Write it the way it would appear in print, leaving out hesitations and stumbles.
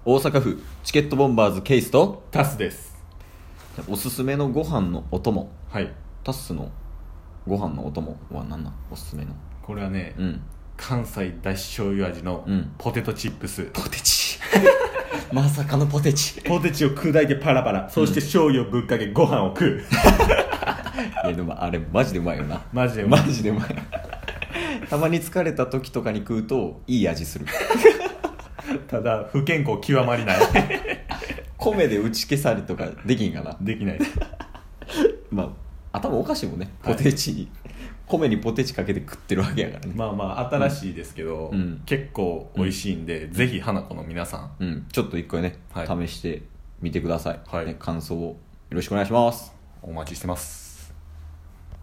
大阪府チケットボンバーズケイスとタスです。 おすすめのご飯のお供。 はい。 タスのご飯のお供は何なん？おすすめの。 これはね、 うん関西だし醤油味のポテトチップス。 ポテチまさかのポテチポテチを砕いてパラパラ、そして醤油をぶっかけご飯を食う。 いやでもあれマジでうまいよな。 マジでうまい。 マジでうまいたまに疲れた時とかに食うといい味するただ不健康極まりない。 米で打ち消されとかできんかな。 できないです。 まあ頭おかしいもんね、 はいポテチに、米にポテチかけて食ってるわけやからね。 まあまあ新しいですけど、結構美味しいんで、ぜひ花子の皆さん、 ちょっと一回ね、 はい試してみてください、 はいね、感想をよろしくお願いします。 お待ちしてます。